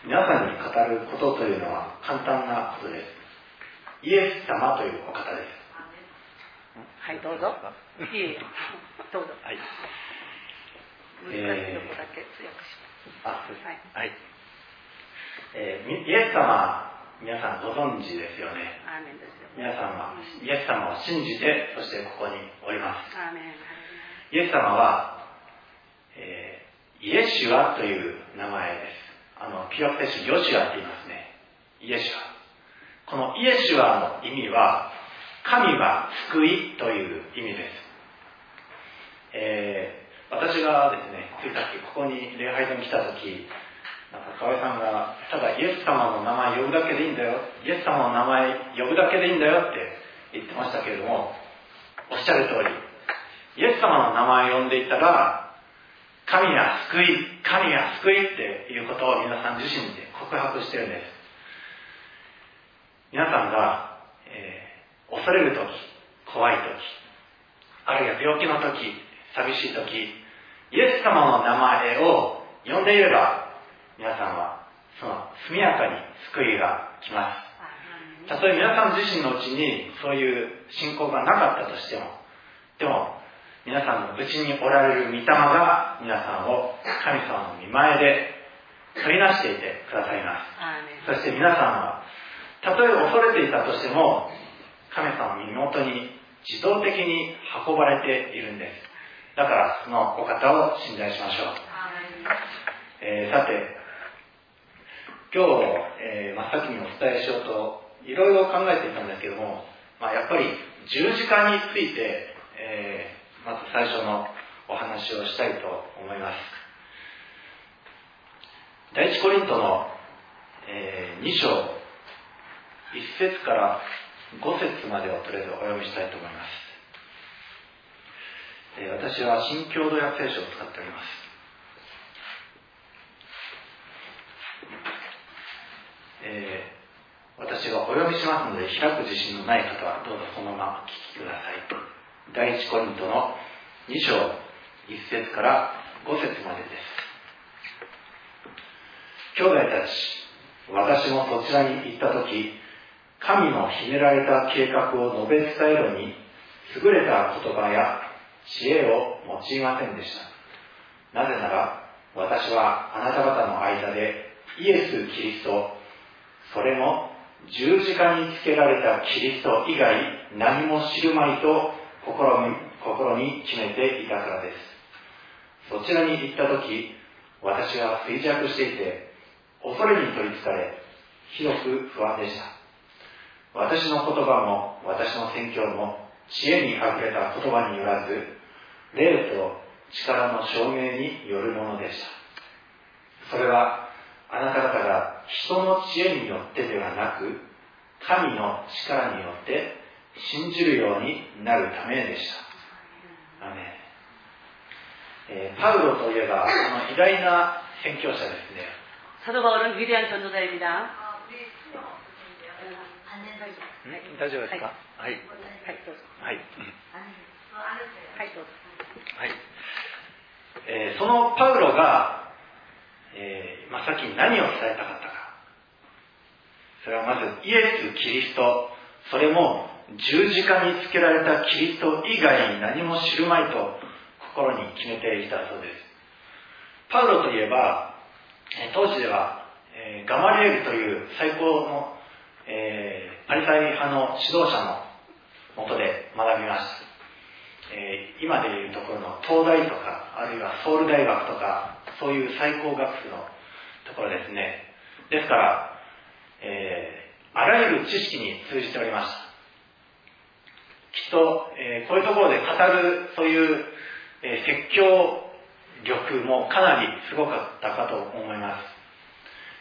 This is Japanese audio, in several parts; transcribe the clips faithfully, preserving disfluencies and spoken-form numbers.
皆さんに語ることというのは簡単なことです。イエス様というお方です。 はい、どうぞ。いえいえ、どうぞ。 はい。 難しいとこだけ通訳します。 あ、そうです。 はい。 はい。えー、イエス様、皆さんご存知ですよね。 アーメンですよ。 皆さんはイエス様を信じて、そしてここにおります。 アーメン。 イエス様は、えー、イエシュアという名前です。あの、旧約聖書、ヨシュアって言いますね。イエシュア。このイエシュアの意味は、神は救いという意味です。えー、私がですね、ついさっきここに礼拝堂に来たとき、なんか河合さんが、ただイエス様の名前呼ぶだけでいいんだよ、イエス様の名前呼ぶだけでいいんだよって言ってましたけれども、おっしゃる通り、イエス様の名前を呼んでいたら、神が救い、神が救いっていうことを皆さん自身で告白してるんです。皆さんが、えー、恐れるとき、怖いとき、あるいは病気のとき、寂しいとき、イエス様の名前を呼んでいれば、皆さんはその速やかに救いが来ます。たとえ皆さん自身のうちにそういう信仰がなかったとしても、でも皆さんのうちにおられる御霊が皆さんを神様の御前で取りなしていてくださいます。そして皆さんはたとえ恐れていたとしても、神様の身元に自動的に運ばれているんです。だからそのお方を信頼しましょう。えー、さて今日、えー、真っ先にお伝えしようといろいろ考えていたんですけども、まあ、やっぱり十字架について、えー、まず最初のお話をしたいと思います。第一コリントの、えー、に章いっ節からご節までをとりあえずお読みしたいと思います。えー、私は新共同訳聖書を使っております。えー、私がお読みしますので、開く自信のない方はどうぞそのままお聞きください。第一コリントのに章いっ節からご節までです。兄弟たち、私もそちらに行ったとき、神の秘められた計画を述べ伝えるのに優れた言葉や知恵を用いませんでした。なぜなら私はあなた方の間でイエス・キリスト、それも十字架につけられたキリスト以外何も知るまいと心に、心に決めていたからです。そちらに行ったとき、私は衰弱していて恐れに取りつかれ、ひどく不安でした。私の言葉も私の宣教も知恵にあふれた言葉によらず、霊と力の証明によるものでした。それはあなた方が人の知恵によってではなく、神の力によって信じるようになるためでした。アメン。えー、パウロといえば、この偉大な宣教者ですね。 사도 바울은 위대한 전도자입니다. 大丈夫ですか？はい。はい。 どうぞ。 はい。 はい、どうぞ。 はい。えー、そのパウロが、えー、まあ、さっき何を伝えたかったか。それはまずイエス・キリスト、それも十字架につけられたキリスト以外に何も知るまいと心に決めていたそうです。パウロといえば、当時では、えー、ガマリエルという最高の、えー、パリサイ派の指導者の下で学びました。えー、今でいうところの東大とか、あるいはソウル大学とか、そういう最高学府のところですね。ですから、えー、あらゆる知識に通じておりました。きっと、えー、こういうところで語るそういう、えー、説教力もかなりすごかったかと思います。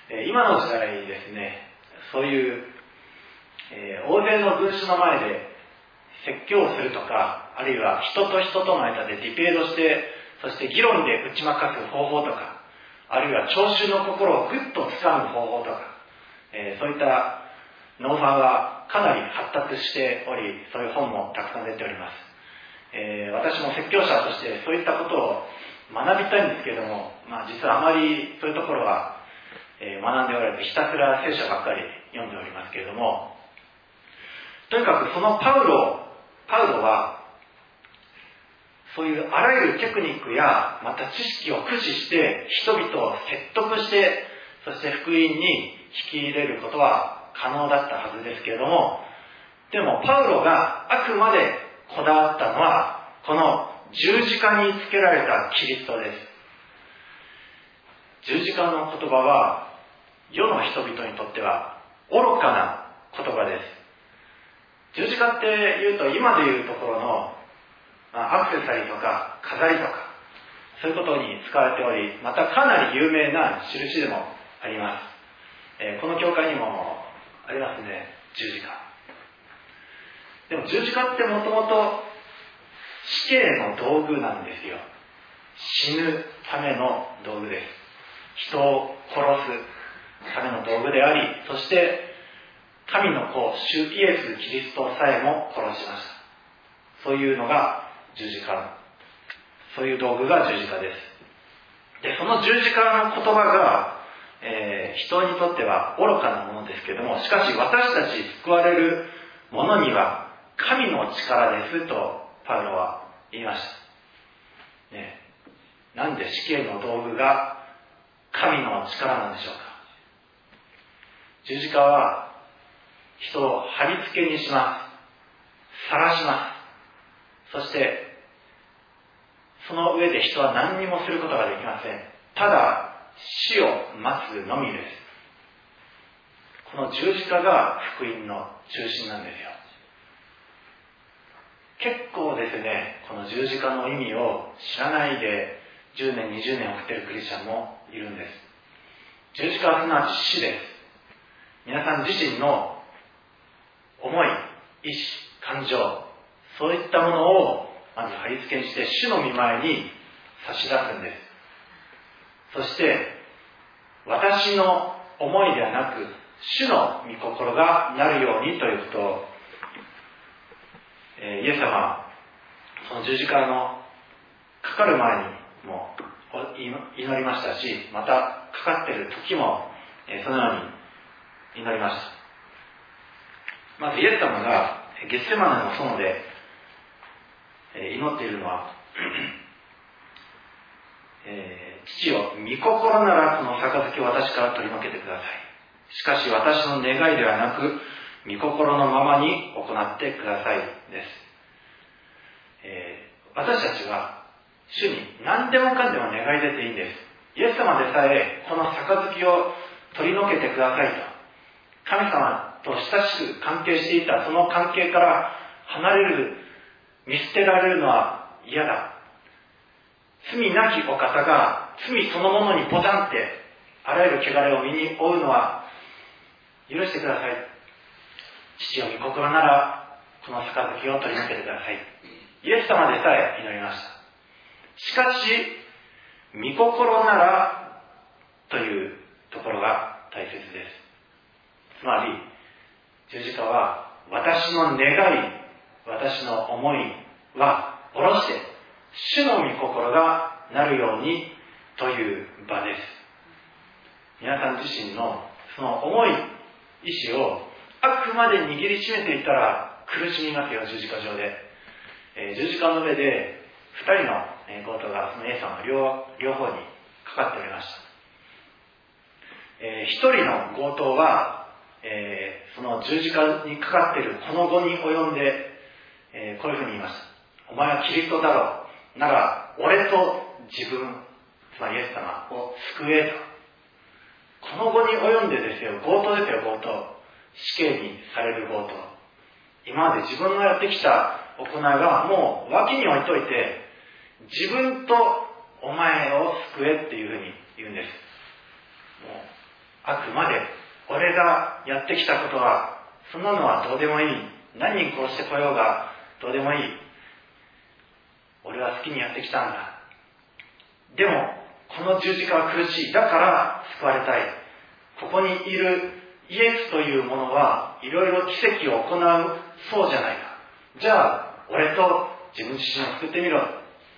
えー、今の時代ですね、そういう、えー、大勢の群衆の前で説教をするとか、あるいは人と人との間でディベートして、そして議論で打ち負かす方法とか、あるいは聴衆の心をぐっと掴む方法とか、えー、そういったノウハウがかなり発達しており、そういう本もたくさん出ております。えー、私も説教者としてそういったことを学びたいんですけれども、まあ、実はあまりそういうところはえー、学んでおられて、ひたすら聖書ばっかり読んでおりますけれども、とにかくそのパウロ、パウロは、そういうあらゆるテクニックや、また知識を駆使して、人々を説得して、そして福音に引き入れることは可能だったはずですけれども、でもパウロがあくまでこだわったのは、この十字架につけられたキリストです。十字架の言葉は、世の人々にとっては愚かな言葉です。十字架って言うと、今で言うところのアクセサリーとか飾りとか、そういうことに使われており、またかなり有名な印でもあります。えー、この教会にもありますね、十字架。でも十字架ってもともと死刑の道具なんですよ。死ぬための道具です。人を殺すための道具であり、そして神の子、主イエス・キリストさえも殺しました。そういうのが十字架。そういう道具が十字架です。で、その十字架の言葉が、えー、人にとっては愚かなものですけれども、しかし私たち救われるものには神の力ですとパウロは言いました。ね、なんで死刑の道具が神の力なんでしょうか。十字架は人を貼り付けにします。晒します。そしてその上で人は何にもすることができません。ただ死を待つのみです。この十字架が福音の中心なんですよ。結構ですね、この十字架の意味を知らないでじゅうねん、にじゅうねん送っているクリスチャンもいるんです。十字架はすなわち死です。皆さん自身の思い、意志、感情、そういったものをまず貼り付けにして主の御前に差し出すんです。そして私の思いではなく主の御心がなるようにということを、えー、イエス様はその十字架のかかる前にも祈りましたし、またかかっている時も、えー、そのように祈りました。まずイエス様がゲッセマネの園で祈っているのは、えー、父よ、御心ならこの杯を私から取り除けてください。しかし私の願いではなく御心のままに行ってくださいです。えー、私たちは主に何でもかんでも願い出ていいんです。イエス様でさえこの杯を取り除けてくださいと、神様と親しく関係していたその関係から離れる、見捨てられるのは嫌だ。罪なきお方が罪そのものにポタンってあらゆる汚れを身に負うのは許してください。父よ、御心ならこの杯を取り除けてください。イエス様でさえ祈りました。しかし御心ならというところが大切です。つまり十字架は私の願い、私の思いは下ろして主の御心がなるようにという場です。皆さん自身のその思い、意志をあくまで握りしめていたら苦しみますよ、十字架上で。えー、十字架の上で二人の強盗がそのイエス様の 両, 両方にかかっておりました。えー、一人の強盗は、えー、その十字架にかかっているこの後に及んで、えー、こういうふうに言いました。お前はキリストだろう。なら俺と自分、つまりイエス様を救えと。この後に及んでですよ、強盗ですよ、強盗。死刑にされる強盗。今まで自分のやってきた行いがもう脇に置いといて、自分とお前を救えっていうふうに言うんです。もうあくまで俺がやってきたことはそんなのはどうでもいい。何人殺してこようがどうでもいい。俺は好きにやってきたんだ。でもこの十字架は苦しい。だから救われたい。ここにいるイエスというものはいろいろ奇跡を行うそうじゃないか。じゃあ俺と自分自身を救ってみろ。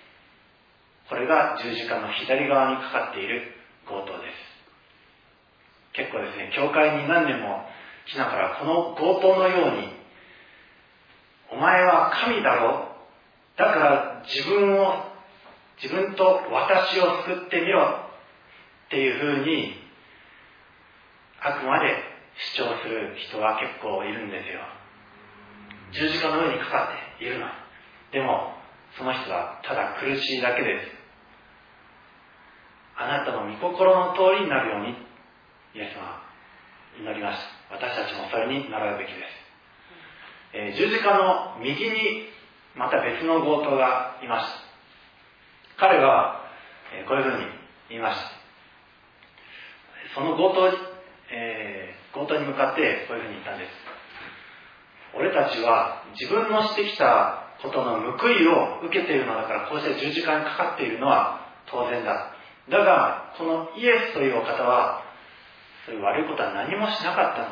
これが十字架の左側にかかっている強盗です。 結構ですね、教会に何年も来ながら、この強盗のように、お前は神だろう、だから自分を、自分と私を救ってみろっていうふうに、あくまで主張する人は結構いるんですよ。十字架の上にかかっているのに。でも、その人はただ苦しいだけです。あなたの御心の通りになるように、イエスは祈りました。私たちもそれに習うべきです。えー、十字架の右にまた別の強盗がいました。彼は、えー、こういうふうに言いました。その強盗に、えー、強盗に向かってこういうふうに言ったんです。俺たちは自分のしてきたことの報いを受けているのだから、こうして十字架にかかっているのは当然だ。だが、このイエスというお方は、そういう悪いことは何もしなかったのだ。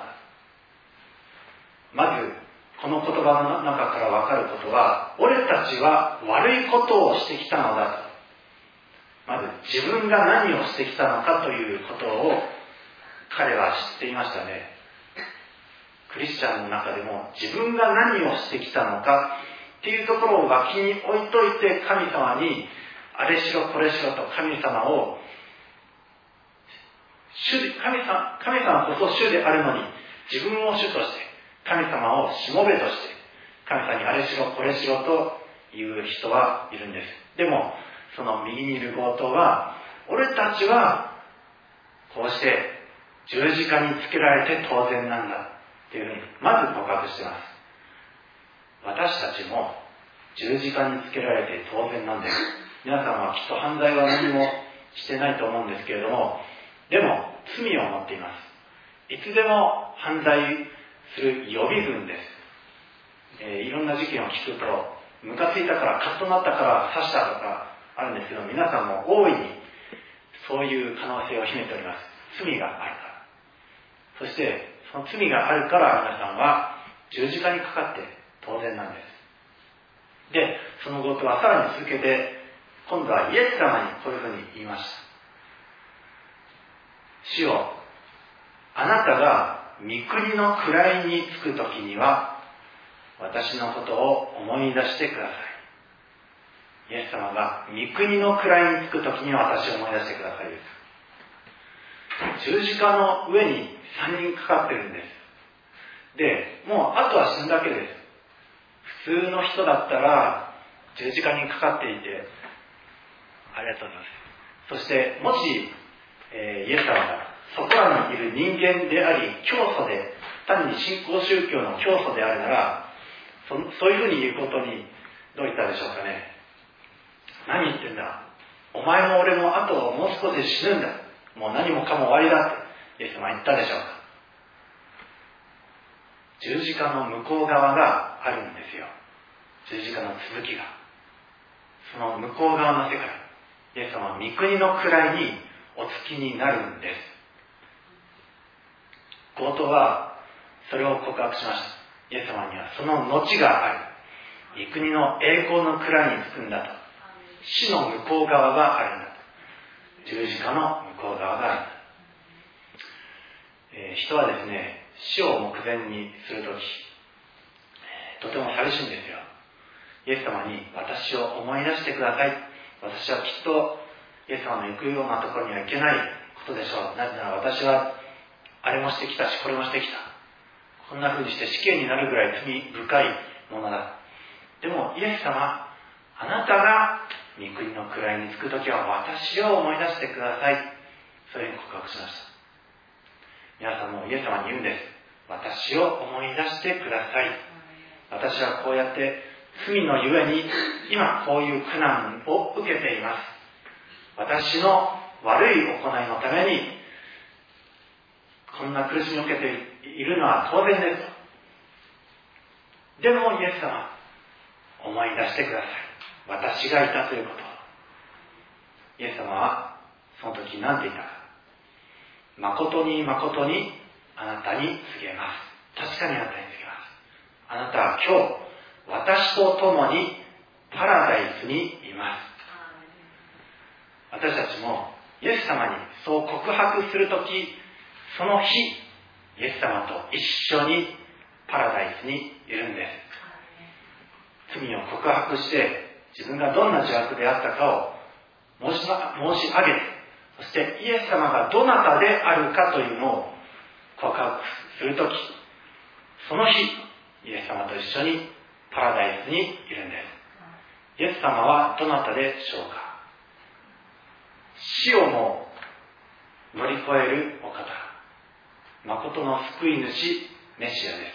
まず、この言葉の中から分かることは、俺たちは悪いことをしてきたのだと。まず、自分が何をしてきたのかということを彼は知っていましたね。クリスチャンの中でも自分が何をしてきたのかっていうところを脇に置いといて、神様にあれしろこれしろと神様を主で 神様、神様こそ主であるのに、自分を主として神様をしもべとして神様にあれしろこれしろという人はいるんです。でもその右にいる強盗は、俺たちはこうして十字架につけられて当然なんだっていうふうにまず告白しています。私たちも十字架につけられて当然なんです。皆さんはきっと犯罪は何もしてないと思うんですけれども、でも罪を持っています。いつでも犯罪する予備軍です。えー、いろんな事件を聞くと、ムカついたからカッとなったから刺したとかあるんですけど、皆さんも大いにそういう可能性を秘めております。罪があるから。そしてその罪があるから皆さんは十字架にかかって当然なんです。で、その強盗はさらに続けて、今度はイエス様にこういうふうに言いました。主よ、あなたが御国の位につくときには私のことを思い出してください。イエス様が御国の位につくときには私を思い出してくださいです。十字架の上にさんにんかかってるんです。で、もうあとは死ぬだけです。普通の人だったら十字架にかかっていて、ありがとうございます。そしてもし、えー、イエス様がそこらにいる人間であり教祖で、単に新興宗教の教祖であるなら、そ, そういうふうに言うことにどう言ったでしょうかね。何言ってんだ、お前も俺もあともう少しで死ぬんだ、もう何もかも終わりだってイエス様は言ったでしょうか。十字架の向こう側があるんですよ。十字架の続きが、その向こう側の世界、イエス様は御国の位にお付きになるんです。強盗はそれを告白しました。イエス様にはその後がある。御国の栄光の位につくんだと。死の向こう側があるんだと。十字架の向こう側があるんだ。えー、人はですね、死を目前にするとき、とても寂しいんですよ。イエス様に私を思い出してください。私はきっとイエス様の行くようなところには行けないことでしょう。なぜなら私はあれもしてきたし、これもしてきた。こんな風にして死刑になるぐらい罪深いものだ。でもイエス様、あなたが御国の位につくときは私を思い出してください。そういうふうに告白しました。皆さんもイエス様に言うんです。私を思い出してください。私はこうやって罪のゆえに今こういう苦難を受けています。私の悪い行いのためにこんな苦しみを受けているのは当然ですと。でもイエス様、思い出してください。私がいたということ。イエス様はその時何て言ったか。誠に誠にあなたに告げます。確かにあなたに告げます。あなたは今日私と共にパラダイスにいます。私たちもイエス様にそう告白するとき、 その日、イエス様と一緒にパラダイスにいるんです。罪を告白して自分がどんな邪悪であったかを申し、申し上げて、そしてイエス様がどなたであるかというのを告白するとき、その日、イエス様と一緒にパラダイスにいるんです。イエス様はどなたでしょうか。死をも乗り越えるお方、誠の救い主メシアです。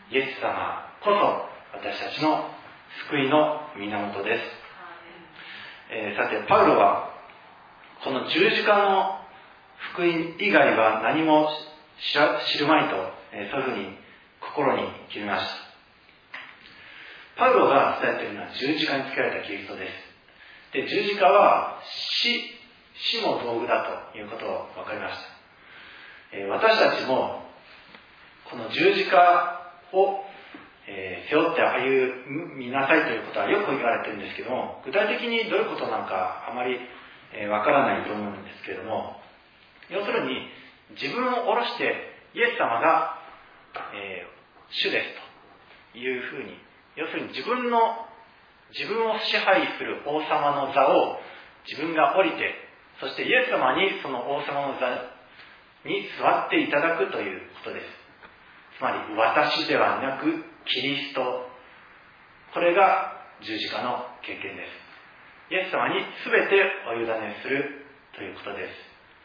イエス様こそ私たちの救いの源です。えー、さてパウロはこの十字架の福音以外は何も知るまいと、えー、そういうふうに心に決めました。パウロが伝えているのは十字架につけられたキリストです。で、十字架は死、死も道具だということを分かりました。えー、私たちもこの十字架を、えー、背負って歩みなさいということはよく言われているんですけども、具体的にどういうことなのかあまり、えー、分からないと思うんですけれども、要するに自分を下ろしてイエス様が、えー、主ですというふうに、要するに自分の自分を支配する王様の座を自分が降りて、そしてイエス様にその王様の座に座っていただくということです。つまり私ではなくキリスト、これが十字架の経験です。イエス様に全てお委ねするということです。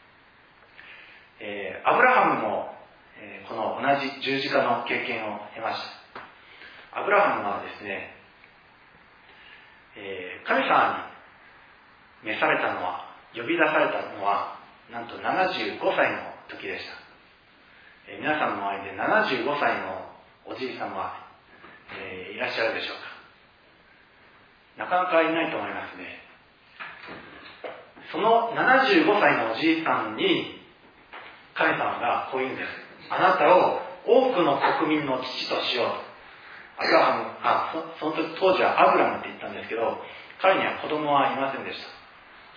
えー、アブラハムも、えー、この同じ十字架の経験を得ました。アブラハムはですね、えー、神様に召されたのは、呼び出されたのはなんとななじゅうごさいの時でした。えー、皆さんの周りでななじゅうごさいのおじいさんは、えー、いらっしゃるでしょうか。なかなかいないと思いますね。そのななじゅうごさいのおじいさんに神様がこう言うんです。あなたを多くの国民の父としようと。アブラハム、あ、そ, その時当時はアブラムって言ったんですけど、彼には子供はいませんでした。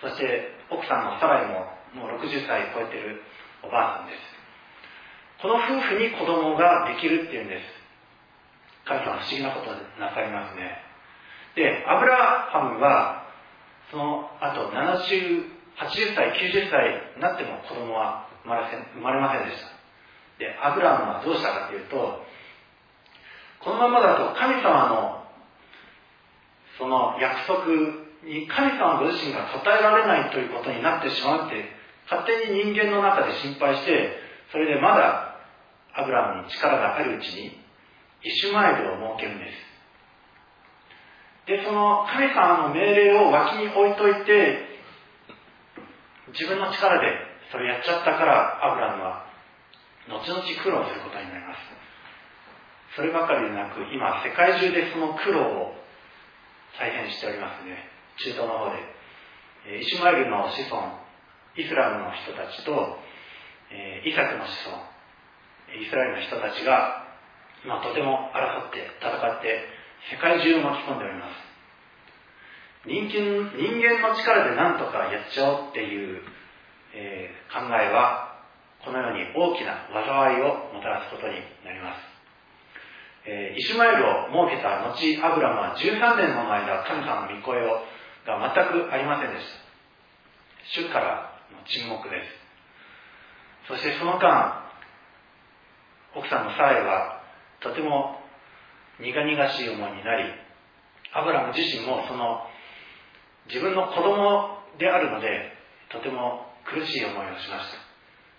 そして奥さんのサライももうろくじゅっさい超えてるおばあさんです。この夫婦に子供ができるっていうんです。神様は不思議なことをなさいますね。で、アブラハムはその後ななじゅう、はちじゅっさい、きゅうじゅっさいになっても子供は生まれせん、生まれませんでした。で、アブラハムはどうしたかというと、このままだと神様のその約束に神様ご自身が答えられないということになってしまうって勝手に人間の中で心配して、それでまだアブラハムに力があるうちにイシュマエルを設けるんです。で、その神様の命令を脇に置いといて、自分の力でそれやっちゃったからアブラハムは後々苦労することになります。そればかりでなく、今世界中でその苦労を再現しておりますね。中東の方でイシュマエルの子孫、イスラムの人たちとイサクの子孫、イスラエルの人たちが今とても争って戦って世界中を巻き込んでおります。人間、人間の力で何とかやっちゃおうっていう、えー、考えはこのように大きな災いをもたらすことになります。えー、イシュマエルを設けた後、アブラムはじゅうさんねんもの間、神様の御声をが全くありませんでした。主からの沈黙です。そしてその間、奥さんのサライはとても苦々しい思いになり、アブラム自身もその自分の子供であるのでとても苦しい思いをしました。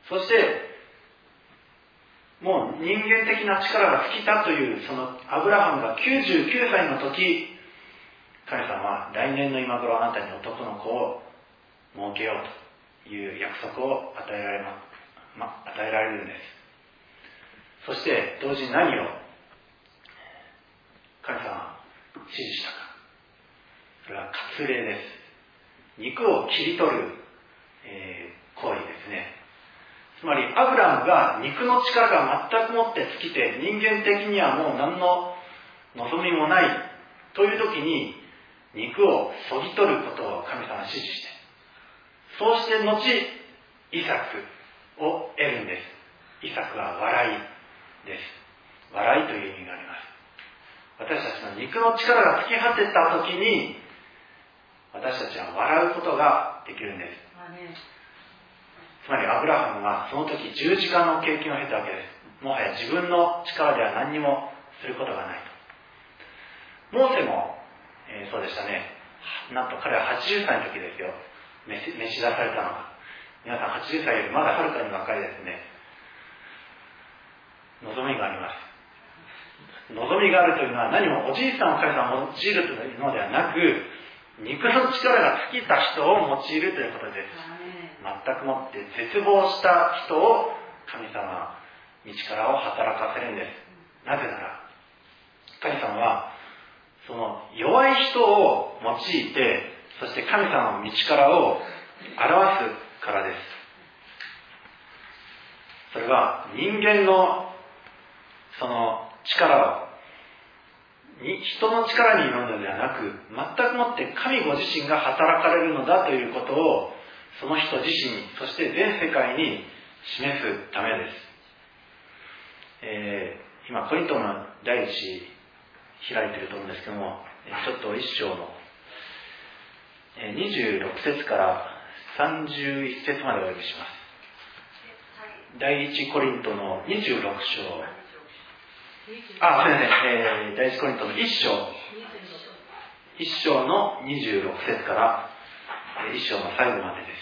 そしてもう人間的な力が尽きたというそのアブラハムがきゅうじゅうきゅうさいの時、神様は来年の今頃あなたに男の子を設けようという約束を与えられます、ま、与えられるんです。そして同時に何を神様は指示したか。それは割礼です。肉を切り取る、えー、行為ですね。つまりアブラムが肉の力が全くもって尽きて、人間的にはもう何の望みもないという時に肉をそぎ取ることを神様は指示して、そうして後イサク、 を得るんです。イサクは笑いです。笑いという意味があります。私たちの肉の力が尽き果てた時に、私たちは笑うことができるんです。つまりアブラハムはその時十字架の経験を経たわけです。もはや自分の力では何にもすることがないと。モーセも、えー、そうでしたね。なんと彼ははちじゅっさいの時ですよ。召し出されたのが。皆さんはちじゅっさいよりまだはるかに若いですね。望みがあります。望みがあるというのは何もおじいさんを神様を用いるというのではなく、肉の力が尽きた人を用いるということです。全くもって絶望した人を神様は道からを働かせるんです。なぜなら神様はその弱い人を用いて、そして神様の道からを表すからです。それは人間のその力を人の力によるのではなく、全くもって神ご自身が働かれるのだということをその人自身、そして全世界に示すためです。えー、今コリントの第一開いていると思うんですけども、ちょっと一章のにじゅうろく節からさんじゅういち節までお読みします。第一コリントのにじゅうろく章、あ、すみません、えー、第一コリントのいっ章、いっ章のにじゅうろく節からいっ章の最後までです。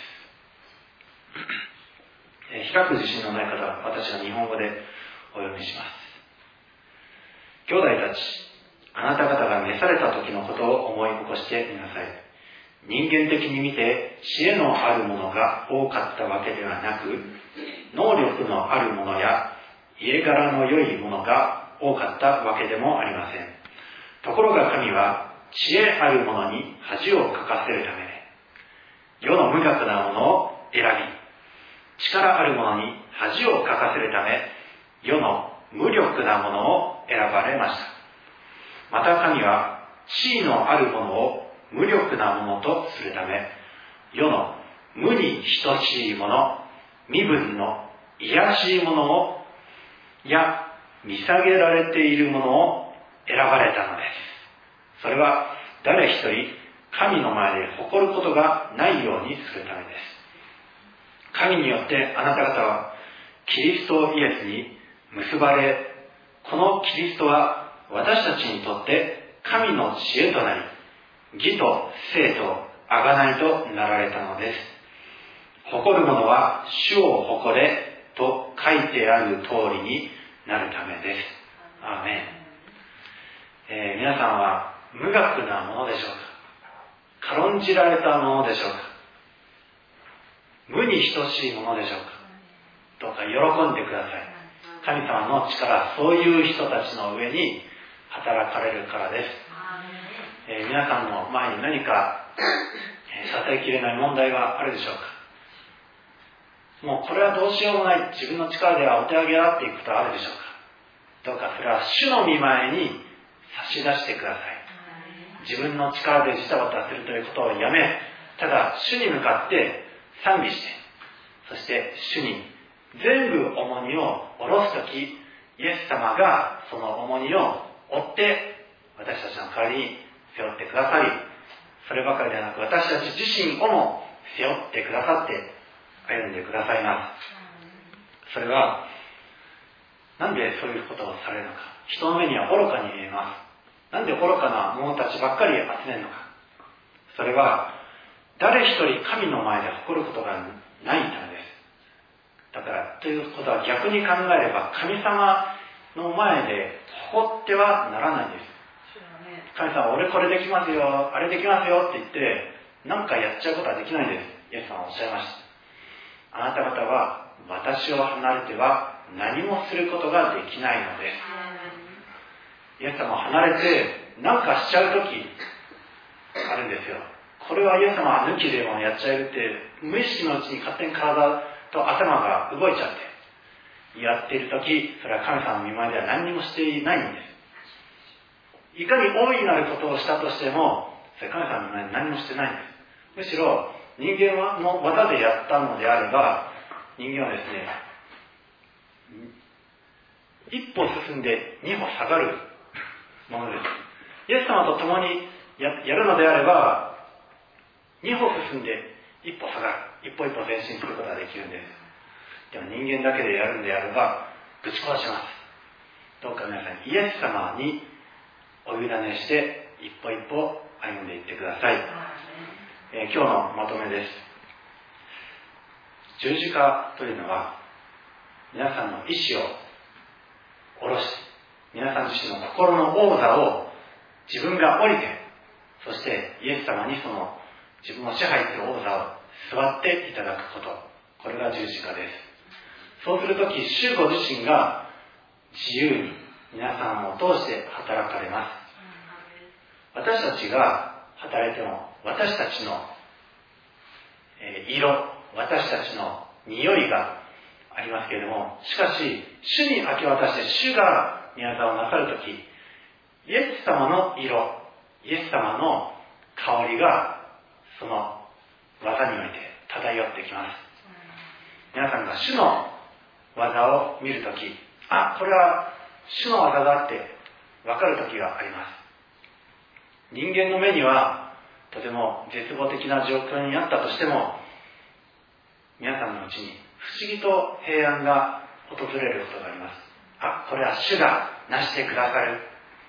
えー、開く自信のない方は私は日本語でお読みします。兄弟たち、あなた方が召された時のことを思い起こしてみなさい。人間的に見て知恵のあるものが多かったわけではなく、能力のあるものや家柄の良いものが多かったわけでもありません。ところが神は知恵あるものに恥をかかせるためで、世の無学なものを選び、力あるものに恥をかかせるため、世の無力なものを選ばれました。また神は地位のあるものを無力なものとするため、世の無に等しいもの、身分の卑しいものを、や見下げられているものを選ばれたのです。それは誰一人神の前で誇ることがないようにするためです。神によってあなた方はキリストイエスに結ばれ、このキリストは私たちにとって神の知恵となり、義と聖と贖いとなられたのです。誇る者は主を誇れと書いてある通りになるためです。アーメン。えー、皆さんは無学なものでしょうか。軽んじられたものでしょうか。無に等しいものでしょうか。どうか喜んでください。神様の力、そういう人たちの上に働かれるからです。えー、皆さんの前に何か、えー、支えきれない問題はあるでしょうか。もうこれはどうしようもない、自分の力ではお手上げだっていくことはあるでしょうか。どうかそれは主の御前に差し出してください。自分の力でジタバタするということをやめ、ただ主に向かって賛美して、そして主に全部重荷を下ろすとき、イエス様がその重荷を負って私たちの代わりに背負ってくださり、そればかりではなく私たち自身をも背負ってくださって歩んでくださいます。それはなんでそういうことをされるのか。人の目には愚かに見えます。なんで愚かな者たちばっかり集めるのか。それは誰一人神の前で誇ることがないためです。だからということは逆に考えれば神様の前で誇ってはならないんです。神様、俺これできますよ、あれできますよって言って何かやっちゃうことはできないんです。イエス様はおっしゃいました。あなた方は私を離れては何もすることができないのです。イエス様を離れて何かしちゃうときあるんですよ。これはイエス様は抜きでもやっちゃえるって無意識のうちに勝手に体と頭が動いちゃってやっているとき、それは神様の御前では何にもしていないんです。いかに大いなることをしたとしても、それ神様の御前で何もしてないんです。むしろ人間の技でやったのであれば、 人間はですね、一歩進んで二歩下がるものです。イエス様と共に や, やるのであれば、二歩進んで一歩下がる、一歩一歩前進することができるんです。でも人間だけでやるんであればぶち壊します。どうか皆さんイエス様にお委ねして一歩一歩歩んでいってください。えー、今日のまとめです。十字架というのは、皆さんの意志を下ろし、皆さん自身の心の王座を自分が降りて、そしてイエス様にその自分を支配する王座を座っていただくこと、これが十字架です。そうするとき、主ご自身が自由に皆さんを通して働かれます。私たちが働いても、私たちの色、私たちの匂いがありますけれども、しかし主に明け渡して主が宮沢をなさるとき、イエス様の色、イエス様の香りがその技において漂ってきます。皆さんが主の技を見るとき、あ、これは主の技だって分かるときがあります。人間の目にはとても絶望的な状況にあったとしても、皆さんのうちに不思議と平安が訪れることがあります。あ、これは主がなしてくださる。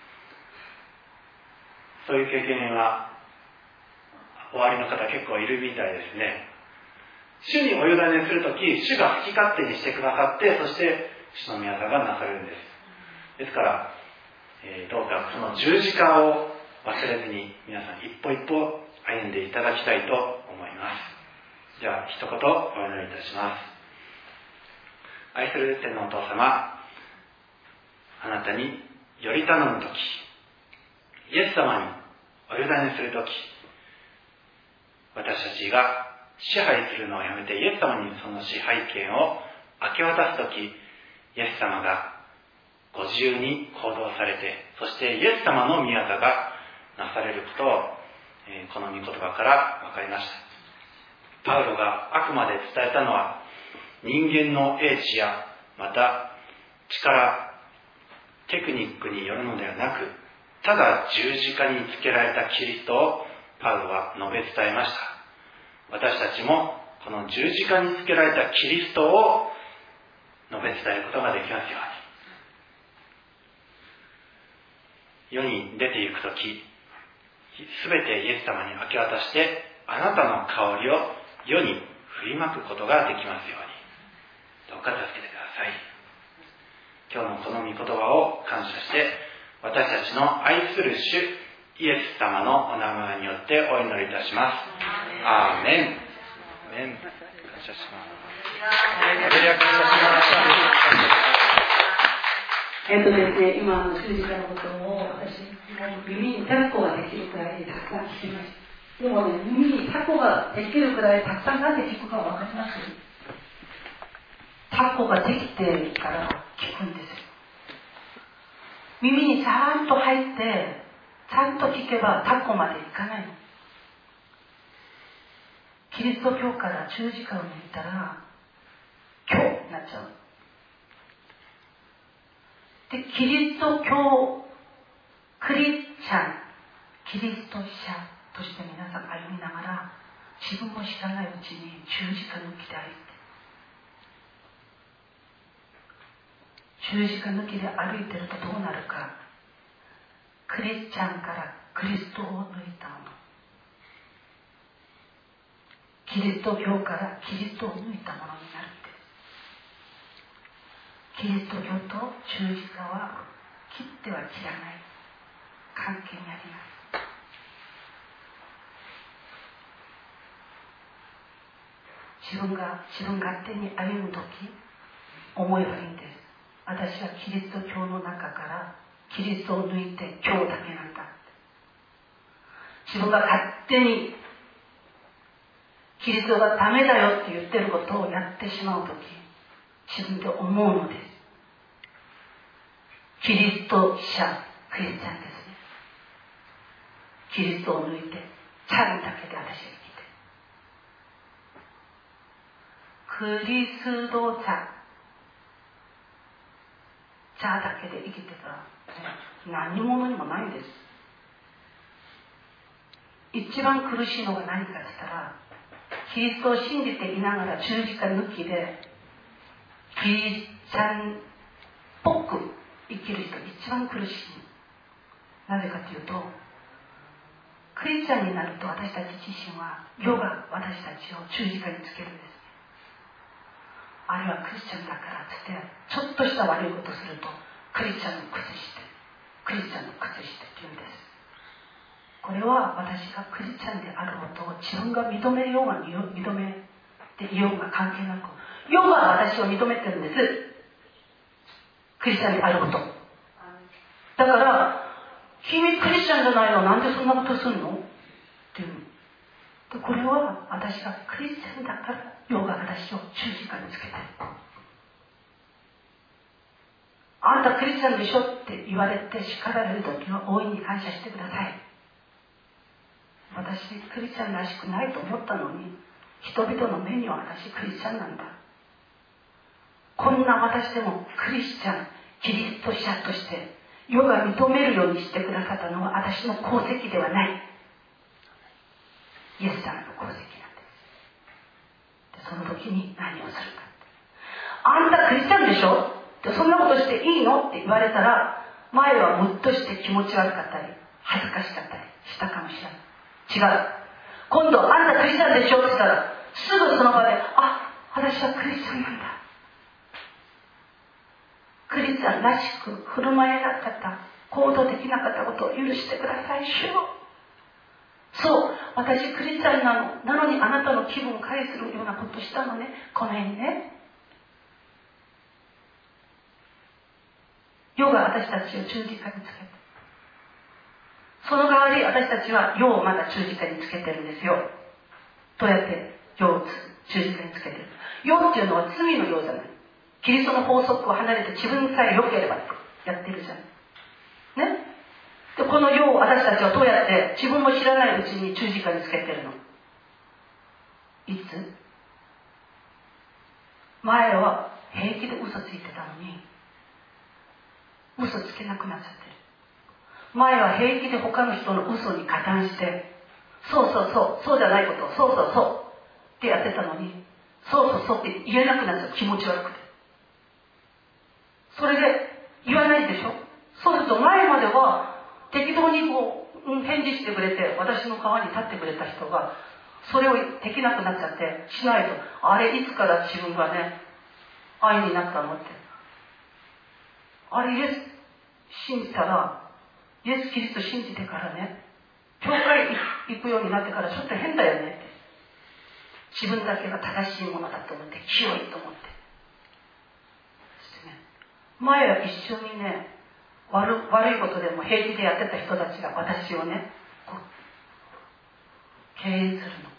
そういう経験はおありの方結構いるみたいですね。主にお委ねするとき、主が好き勝手にしてくださって、そして主の宮座がなされるんです。ですから、えー、どうかその十字架を忘れずに皆さん一歩一歩歩んでいただきたいと思います。じゃあ一言お祈りいたします。愛する天のお父様、あなたにより頼むとき、イエス様にお委ねするとき、私たちが支配するのをやめてイエス様にその支配権を明け渡すとき、イエス様がご自由に行動されて、そしてイエス様の宮座がなされることを、えー、この御言葉から分かりました。パウロがあくまで伝えたのは、人間の英知やまた力、テクニックによるのではなく、ただ十字架につけられたキリストをパウロは述べ伝えました。私たちもこの十字架につけられたキリストを述べ伝えることができますように。世に出ていくとき、すべてイエス様に明け渡して、あなたの香りを世に振りまくことができますように。どうか助けてください。今日のこの御言葉を感謝して、私たちの愛する主イエス様のお名前によってお祈りいたします。アーメン。アーメン。感謝します。ハレルヤ、感謝します。 えっとですね、今の十字架のことを私も耳にタコができるくらいたくさん聞きました。でもね、耳にタコができるくらいたくさんなんで聞くかわかります？タコができてから聞くんですよ。耳にちゃんと入ってちゃんと聞けばタコまでいかないの。キリスト教から十字架を抜いたら教になっちゃう。で、キリスト教クリスチャン、キリスト者として皆さん歩みながら、自分も知らないうちに十字架抜きで歩いて、十字架抜きで歩いてるとどうなるか。クリスチャンからクリストを抜いたもの、キリスト教からキリストを抜いたものになるんです。キリスト教と十字架は切っては切らない関係にあります。自分が自分勝手に歩むとき思えばいいんです。私はキリスト教の中からキリストを抜いて教だけなんだ。自分が勝手にキリストがダメだよって言ってることをやってしまうとき、自分で思うのです。キリスト者、クリスチャンですね。キリストを抜いてチャンだけで私が生きて、 クリスト者者だけで生きてたら、ね、何者にもないんです。一番苦しいのが何かって言ったら、キリストを信じていながら十字架抜きでキリスチャンっぽく生きる人が一番苦しい。なぜかというと、クリスチャンになると私たち自身は世が私たちを十字架につけるんです。あるいはクリスチャンだからつってちょっとした悪いことすると、クリスチャンの靴してクリスチャンの靴してって言うんです。これは私がクリスチャンであることを自分が認めようが認めていようが関係なく、世が私を認めてるんです。クリスチャンであること。だから君クリスチャンじゃないの、なんでそんなことするのっていう。でこれは私がクリスチャンだから世が私を十字架につけてる。あんたクリスチャンでしょって言われて叱られるときは大いに感謝してください。私クリスチャンらしくないと思ったのに、人々の目には私クリスチャンなんだ。こんな私でもクリスチャン、キリスト者として世が認めるようにしてくださったのは私の功績ではない、イエス様の功績なんです。でその時に何をするか、あんたクリスチャンでしょってそんなことしていいのって言われたら、前はムッとして気持ち悪かったり恥ずかしかったりしたかもしれない。違う。今度あんたクリスチャンでしょって言ったら、すぐその場で、あ、私はクリスチャンなんだ。クリスチャンらしく振る舞えなかった、行動できなかったことを許してください、主よ。そう、私クリスチャンなの。なのにあなたの気分を害するようなことしたのね。ごめんね。世が私たちを十字架につけて、その代わり私たちは世をまだ十字架につけてるんですよ。どうやって世を十字架につけてる？世っていうのは罪の世じゃない。キリストの法則を離れて自分さえ良ければやってるじゃん。ね？で、この世を私たちはどうやって自分も知らないうちに十字架につけてるの？いつ？前は平気で嘘ついてたのに、嘘つけなくなっちゃってる。前は平気で他の人の嘘に加担して、そうそうそう、そうじゃないこと、そうそうそうってやってたのに、そうそうそうって言えなくなっちゃう、気持ち悪くて。それで言わないでしょ。そうすると前までは適当にこう、うん、返事してくれて、私の側に立ってくれた人がそれをできなくなっちゃって、しないと、あれいつから自分がね愛になったのって、あれイエス信じたら、イエス・キリスト信じてからね、教会行くようになってからちょっと変だよねって、自分だけが正しいものだと思って、清いと思って、前は一緒にね、悪、悪いことでも平気でやってた人たちが私をね、こう敬遠するの。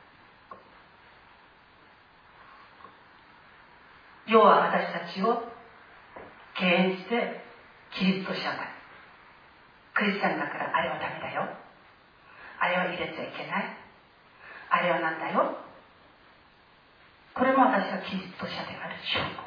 世は私たちを敬遠してキリスト者だ、クリスチャンだからあれはダメだよ、あれは入れちゃいけない、あれはなんだよ。これも私がキリスト者である証拠。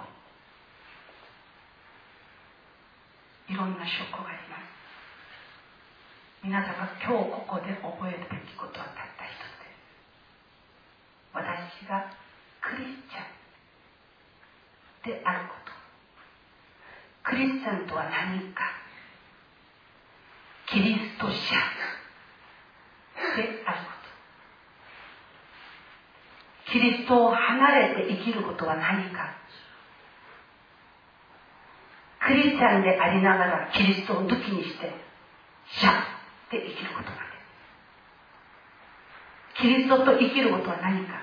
いろんな証拠があります。皆様今日ここで覚えるべきことはたった一つです。私がクリスチャンであること。クリスチャンとは何か、キリスト者であること。キリストを離れて生きることは何か、クリスチャンでありながらキリストを抜きにして者で生きることなんです。キリストと生きることは何か、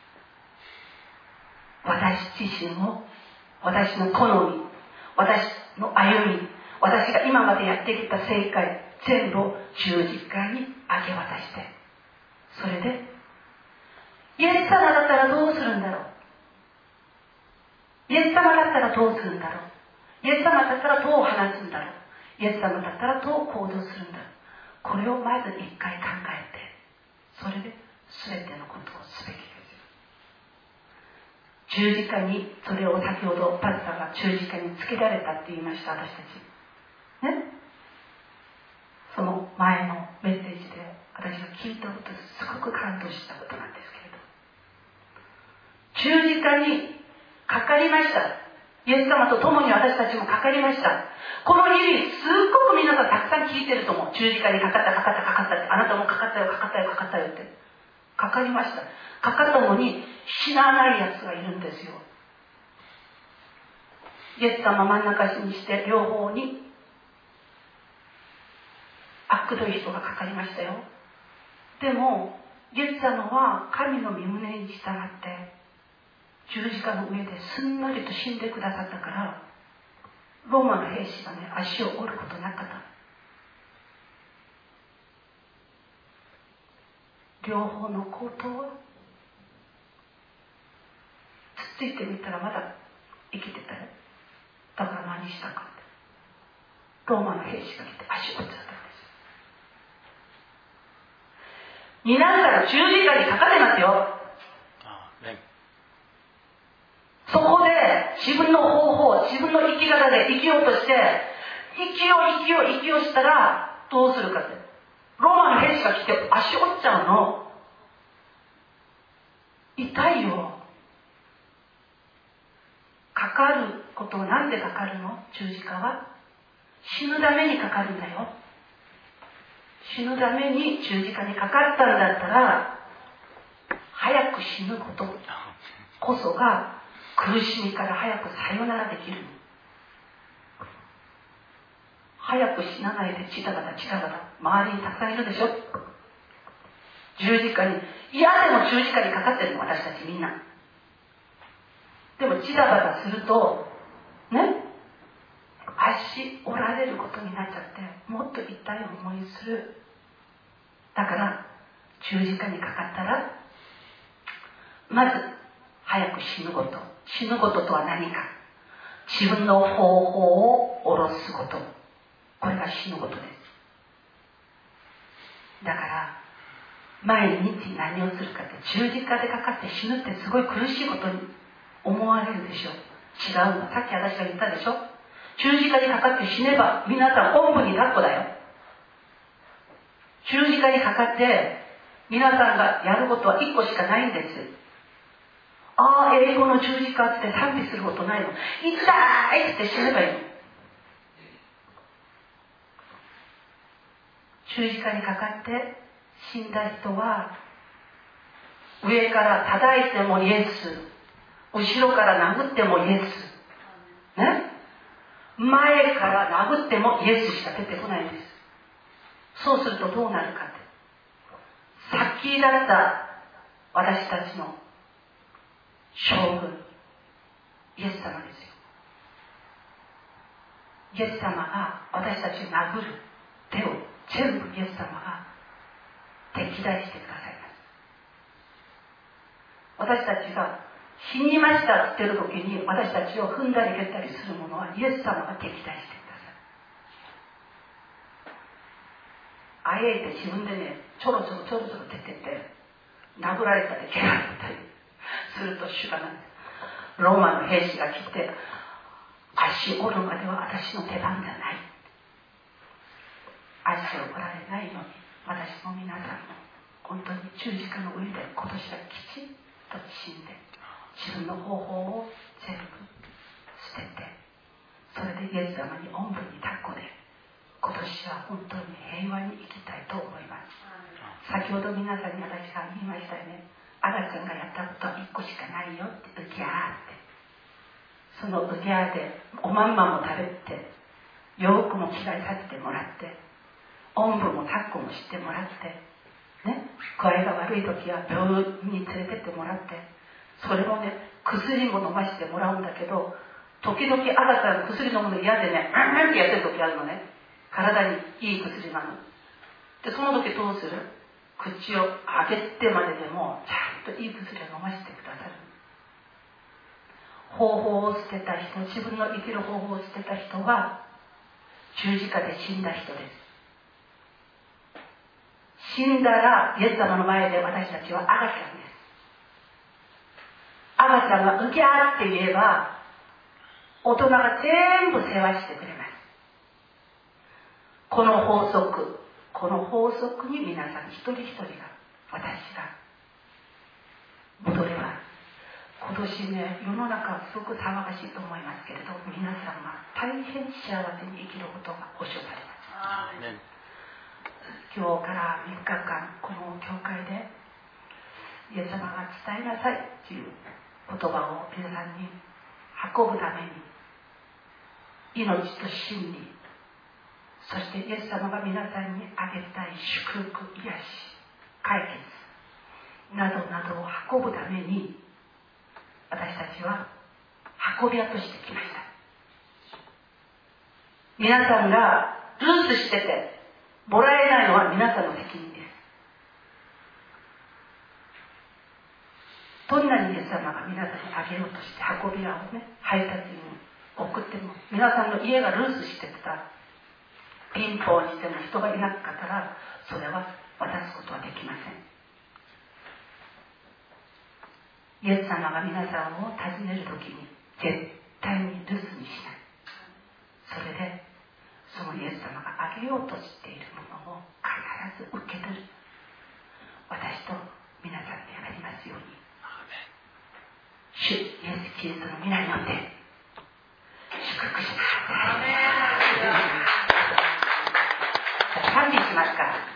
私自身を、私の好み、私の歩み、私が今までやってきた正解全部を十字架に明け渡して、それでイエス様だったらどうするんだろう、イエス様だったらどうするんだろう、イエス様だったらどう話すんだろう、イエス様だったらどう行動するんだろう、これをまず一回考えて、それで全てのことをすべきです。 十字架に、それを先ほどパスタが十字架につけられたって言いました、私たちね。その前のメッセージで私が聞いたことですごく感動したことなんですけれど、十字架にかかりました。イエス様と共に私たちもかかりました。この日々すっごく皆さんたくさん聞いてると思う。十字架にかかったかかったかかったって、あなたもかかったよかかったよかかったよって。かかりました。かかったのに死なないやつがいるんですよ。イエス様真ん中にして両方に悪どい人がかかりましたよ。でもイエス様は神の御胸に従って十字架の上ですんなりと死んでくださったから、ローマの兵士がね、足を折ることなかった。両方の口頭はつっついてみたらまだ生きてたよ。だから何したかって、ローマの兵士が来て足を折っちゃったんです。皆さん十字架にかかってますよ。そこで自分の方法、自分の生き方で生きようとして生きよう生きよう生きようしたらどうするかって、ローマの兵士が来て足折っちゃうの。痛いよ。かかることはなんでかかるの？十字架は死ぬためにかかるんだよ。死ぬために十字架にかかったんだったら、早く死ぬことこそが苦しみから早くさよならできる。早く死なないでチタバタチタバタ、周りにたくさんいるでしょ。十字架に、嫌でも十字架にかかってるの、私たちみんな。でもチタバタするとね、足折られることになっちゃって、もっと痛い思いする。だから十字架にかかったら、まず早く死ぬこと。死ぬこととは何か。自分の方法を下ろすこと。これが死ぬことです。だから毎日何をするかって、十字架でかかって死ぬってすごい苦しいことに思われるでしょ。違うの。さっき私が言ったでしょ。十字架にかかって死ねば皆さんおんぶに抱っこだよ。十字架にかかって皆さんがやることは一個しかないんです。ああ、英語の十字架って賛美することないの。痛いって死ねばいいの。十字架にかかって死んだ人は、上から叩いてもイエス、後ろから殴ってもイエスね、前から殴ってもイエスしか出てこないんです。そうするとどうなるかって、さっきだった私たちの将軍イエス様ですよ。イエス様が私たちを殴る手を全部イエス様が敵対してくださいます。私たちが死にましたって言ってる時に、私たちを踏んだり蹴ったりするものはイエス様が敵対してください。あえて自分でね、ちょろちょろちょろちょろ出てって殴られたり蹴られたりすると、主がなんです。ローマの兵士が来て、足折るまでは私の手番じゃない。足を折られないように、私も皆さんも本当に十字架の上で今年はきちんと死んで、自分の方法を全部捨てて、それでイエス様におんぶに抱っこで、今年は本当に平和に生きたいと思います。先ほど皆さんに私が言いましたよね。アラちゃんがやったことはいっこしかないよって、うぎゃーって。そのうぎゃーでおまんまも食べて、洋服も着替えさせてもらって、おんぶも抱っこもしてもらって、ね、具合が悪い時は病院に連れてってもらって、それもね、薬も飲ませてもらうんだけど、時々アラちゃん薬飲むの嫌でね、うんうんってやってる時あるのね。体にいい薬なの。で、その時どうする？口を開けてまででもちゃんといい薬を飲ませてくださる。方法を捨てた人、自分の生きる方法を捨てた人は十字架で死んだ人です。死んだらイエス様の前で私たちはアガちゃんです。アガさんがうぎゃーって言えば大人が全部世話してくれます。この法則、この法則に皆さん一人一人が、私が戻れば、今年ね、世の中はすごく騒がしいと思いますけれど、皆さんは大変幸せに生きることが保証されます。今日からみっかかん、この教会でイエス様が伝えなさいという言葉を皆さんに運ぶために、命と真理、そしてイエス様が皆さんにあげたい祝福、癒し、解決などなどを運ぶために、私たちは運び屋としてきました。皆さんがルースしててもらえないのは皆さんの責任です。どんなにイエス様が皆さんにあげようとして運び屋をね、配達員に送っても、皆さんの家がルースしてた、ピンポンにしても人がいなかったら、それは渡すことはできません。イエス様が皆さんを訪ねるときに絶対に留守にしない。それでそのイエス様があげようとしているものを必ず受け取る。私と皆さんにありますように。主イエス・キリストの皆によって祝福します。賛美しますから。